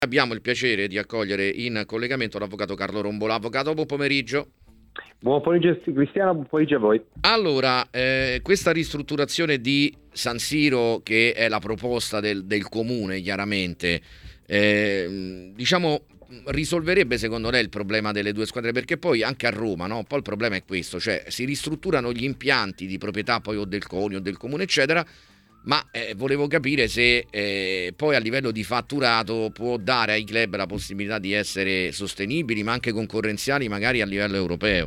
Abbiamo il piacere di accogliere in collegamento l'avvocato Carlo Rombola. Avvocato, buon pomeriggio. Buon pomeriggio Cristiano, buon pomeriggio a voi. Allora, questa ristrutturazione di San Siro, che è la proposta del comune, chiaramente, diciamo, risolverebbe secondo lei il problema delle due squadre? Perché poi anche a Roma, no? Poi il problema è questo, cioè si ristrutturano gli impianti di proprietà poi o del CONI o del comune, eccetera, ma volevo capire se poi a livello di fatturato può dare ai club la possibilità di essere sostenibili, ma anche concorrenziali magari a livello europeo.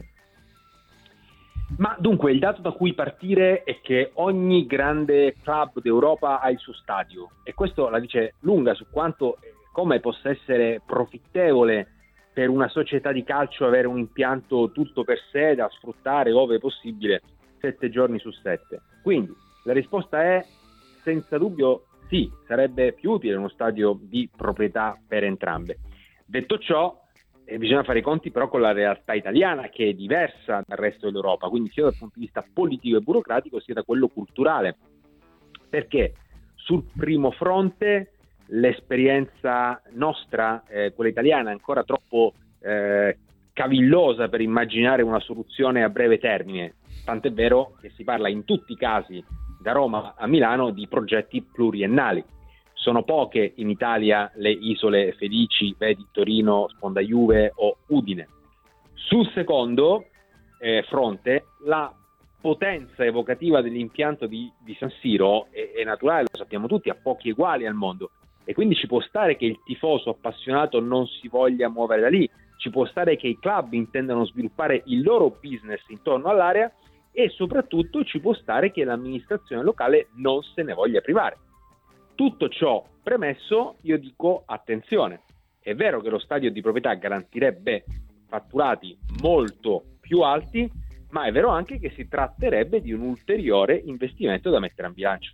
Ma dunque, il dato da cui partire è che ogni grande club d'Europa ha il suo stadio, e questo la dice lunga su quanto come possa essere profittevole per una società di calcio avere un impianto tutto per sé da sfruttare ove possibile 7 giorni su 7. Quindi la risposta è senza dubbio sì, sarebbe più utile uno stadio di proprietà per entrambe. Detto ciò, bisogna fare i conti però con la realtà italiana, che è diversa dal resto dell'Europa, quindi sia dal punto di vista politico e burocratico sia da quello culturale, perché sul primo fronte l'esperienza nostra, quella italiana, è ancora troppo cavillosa per immaginare una soluzione a breve termine, tant'è vero che si parla in tutti i casi, da Roma a Milano, di progetti pluriennali. Sono poche in Italia le isole felici, vedi Torino, Sponda Juve o Udine. Sul secondo fronte, la potenza evocativa dell'impianto di San Siro è naturale, lo sappiamo tutti, ha pochi eguali al mondo, e quindi ci può stare che il tifoso appassionato non si voglia muovere da lì, ci può stare che i club intendano sviluppare il loro business intorno all'area, e soprattutto ci può stare che l'amministrazione locale non se ne voglia privare. Tutto ciò premesso, io dico attenzione, è vero che lo stadio di proprietà garantirebbe fatturati molto più alti, ma è vero anche che si tratterebbe di un ulteriore investimento da mettere in bilancio.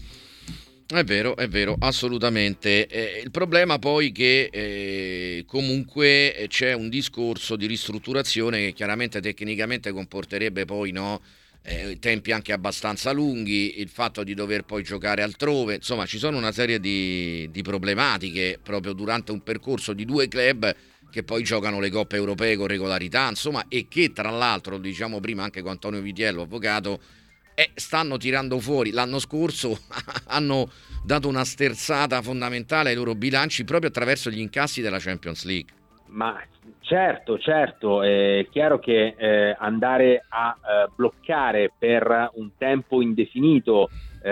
È vero, assolutamente. Il problema poi che comunque c'è un discorso di ristrutturazione che chiaramente tecnicamente comporterebbe poi tempi anche abbastanza lunghi, il fatto di dover poi giocare altrove, insomma ci sono una serie di problematiche proprio durante un percorso di due club che poi giocano le coppe europee con regolarità, insomma, e che tra l'altro, diciamo prima anche con Antonio Vitiello, avvocato, stanno tirando fuori. L'anno scorso hanno dato una sterzata fondamentale ai loro bilanci proprio attraverso gli incassi della Champions League. Ma certo, è chiaro che andare a bloccare per un tempo indefinito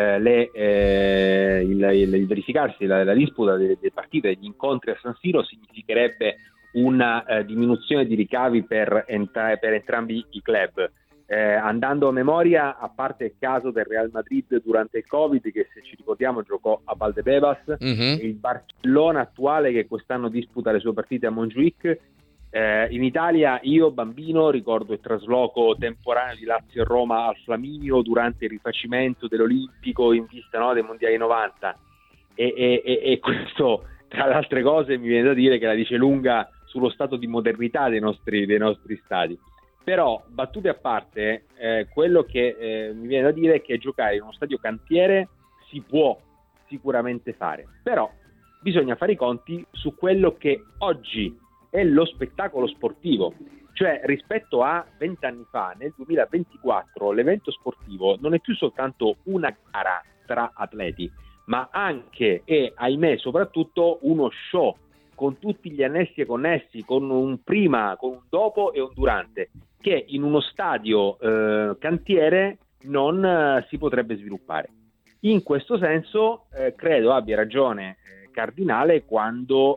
il verificarsi la disputa delle partite, degli incontri a San Siro significherebbe una diminuzione di ricavi per entrambi i club. Andando a memoria, a parte il caso del Real Madrid durante il Covid, che se ci ricordiamo giocò a Valdebebas, e il Barcellona attuale che quest'anno disputa le sue partite a Montjuic, in Italia io bambino ricordo il trasloco temporaneo di Lazio e Roma al Flaminio durante il rifacimento dell'Olimpico in vista dei Mondiali 90, e questo tra le altre cose mi viene da dire che la dice lunga sullo stato di modernità dei nostri stadi. Però, battute a parte, quello che mi viene da dire è che giocare in uno stadio cantiere si può sicuramente fare, però bisogna fare i conti su quello che oggi è lo spettacolo sportivo. Cioè, rispetto a 20 anni fa, nel 2024, l'evento sportivo non è più soltanto una gara tra atleti, ma anche e, ahimè, soprattutto uno show, con tutti gli annessi e connessi, con un prima, con un dopo e un durante, che in uno stadio cantiere non si potrebbe sviluppare. In questo senso credo abbia ragione Cardinale quando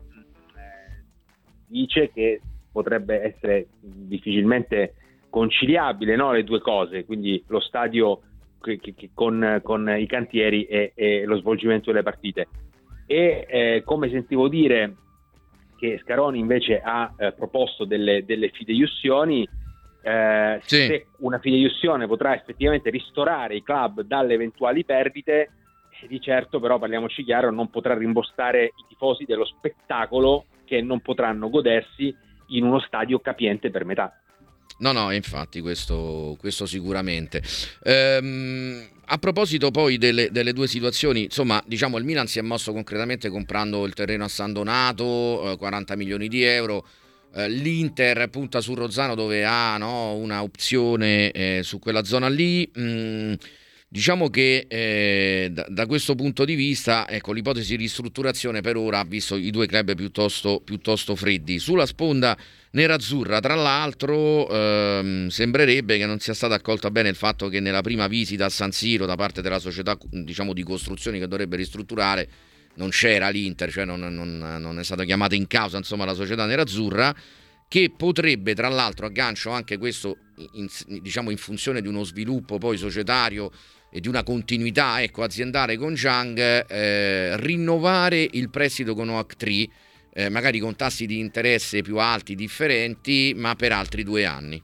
dice che potrebbe essere difficilmente conciliabile, no, le due cose, quindi lo stadio con i cantieri e lo svolgimento delle partite. E come sentivo dire che Scaroni invece ha proposto delle fideiussioni, Sì. se una fideiussione potrà effettivamente ristorare i club dalle eventuali perdite, di certo però, parliamoci chiaro, non potrà rimborsare i tifosi dello spettacolo che non potranno godersi in uno stadio capiente per metà. No, infatti questo sicuramente. A proposito poi delle due situazioni, insomma, diciamo il Milan si è mosso concretamente comprando il terreno a San Donato, 40 milioni di euro. L'Inter punta su Rozzano, dove ha, no, una opzione su quella zona lì. Diciamo che da questo punto di vista, ecco, l'ipotesi di ristrutturazione per ora ha visto i due club piuttosto freddi. Sulla sponda nerazzurra, tra l'altro, sembrerebbe che non sia stato accolto bene il fatto che nella prima visita a San Siro da parte della società, diciamo, di costruzioni che dovrebbe ristrutturare, non c'era l'Inter, cioè non è stata chiamata in causa, insomma, la società nerazzurra, che potrebbe, tra l'altro, aggancio anche questo diciamo in funzione di uno sviluppo poi societario e di una continuità, ecco, aziendale con Zhang, rinnovare il prestito con Oaktree, magari con tassi di interesse più alti, differenti, ma per altri 2 anni.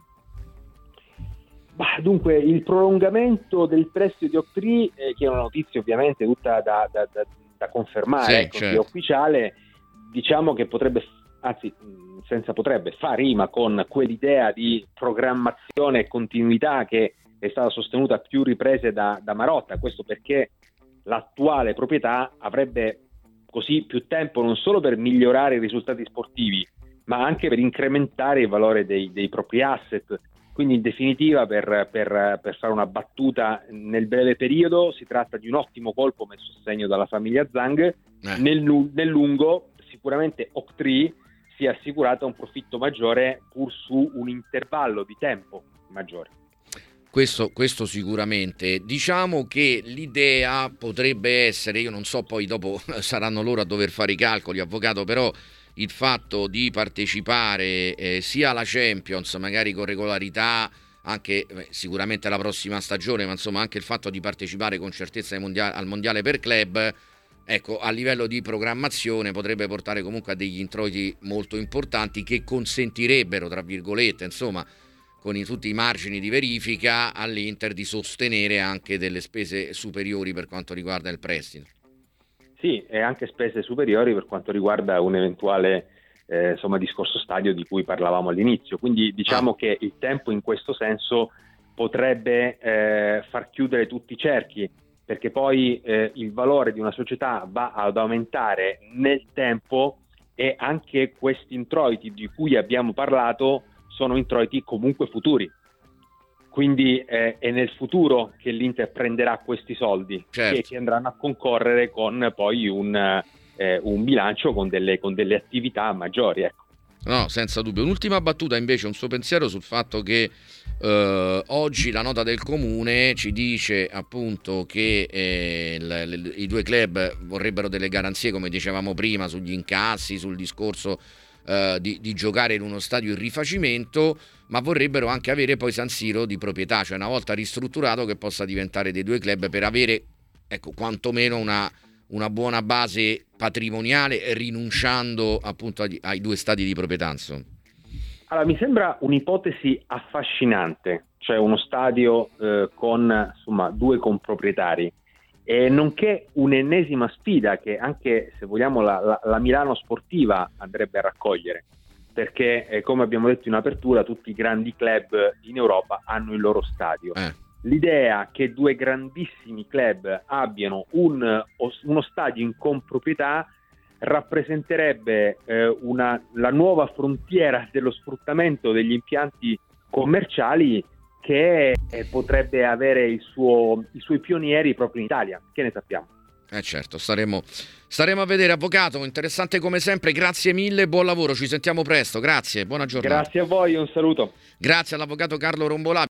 Dunque, il prolungamento del prestito di Oaktree, che è una notizia ovviamente tutta da confermare, Sì, ecco, certo. che è ufficiale, diciamo che potrebbe, anzi senza potrebbe, fa rima con quell'idea di programmazione e continuità che è stata sostenuta a più riprese da Marotta. Questo perché l'attuale proprietà avrebbe così più tempo non solo per migliorare i risultati sportivi, ma anche per incrementare il valore dei propri asset. Quindi, in definitiva, per fare una battuta, nel breve periodo si tratta di un ottimo colpo messo a segno dalla famiglia Zhang. Nel lungo sicuramente Oaktree si è assicurata un profitto maggiore pur su un intervallo di tempo maggiore. Questo sicuramente. Diciamo che l'idea potrebbe essere, io non so, poi dopo saranno loro a dover fare i calcoli, avvocato, però il fatto di partecipare sia alla Champions, magari con regolarità, anche sicuramente la prossima stagione, ma insomma anche il fatto di partecipare con certezza al mondiale per club, ecco, a livello di programmazione potrebbe portare comunque a degli introiti molto importanti che consentirebbero, tra virgolette, insomma, con tutti i margini di verifica, all'Inter di sostenere anche delle spese superiori per quanto riguarda il prestito. Sì, e anche spese superiori per quanto riguarda un eventuale discorso stadio di cui parlavamo all'inizio. Quindi diciamo che il tempo in questo senso potrebbe far chiudere tutti i cerchi, perché poi il valore di una società va ad aumentare nel tempo, e anche questi introiti di cui abbiamo parlato sono introiti comunque futuri. Quindi è nel futuro che l'Inter prenderà questi soldi, certo, che andranno a concorrere con poi un bilancio con delle attività maggiori, ecco. No, senza dubbio. Un'ultima battuta invece, un suo pensiero sul fatto che oggi la nota del Comune ci dice appunto che i due club vorrebbero delle garanzie, come dicevamo prima, sugli incassi, sul discorso di giocare in uno stadio in rifacimento, ma vorrebbero anche avere poi San Siro di proprietà, cioè una volta ristrutturato che possa diventare dei due club, per avere, ecco, quantomeno una buona base patrimoniale, rinunciando appunto ai 2 stadi di proprietà, insomma. Allora, mi sembra un'ipotesi affascinante, cioè uno stadio con, insomma, 2 comproprietari, e nonché un'ennesima sfida che anche, se vogliamo, la Milano sportiva andrebbe a raccogliere, perché come abbiamo detto in apertura, tutti i grandi club in Europa hanno il loro stadio. L'idea che 2 grandissimi club abbiano uno stadio in comproprietà rappresenterebbe la nuova frontiera dello sfruttamento degli impianti commerciali, che potrebbe avere i suoi pionieri proprio in Italia. Che ne sappiamo? Certo, staremo a vedere, avvocato. Interessante come sempre, grazie mille, buon lavoro, ci sentiamo presto, grazie, buona giornata. Grazie a voi, un saluto. Grazie all'avvocato Carlo Rombolà.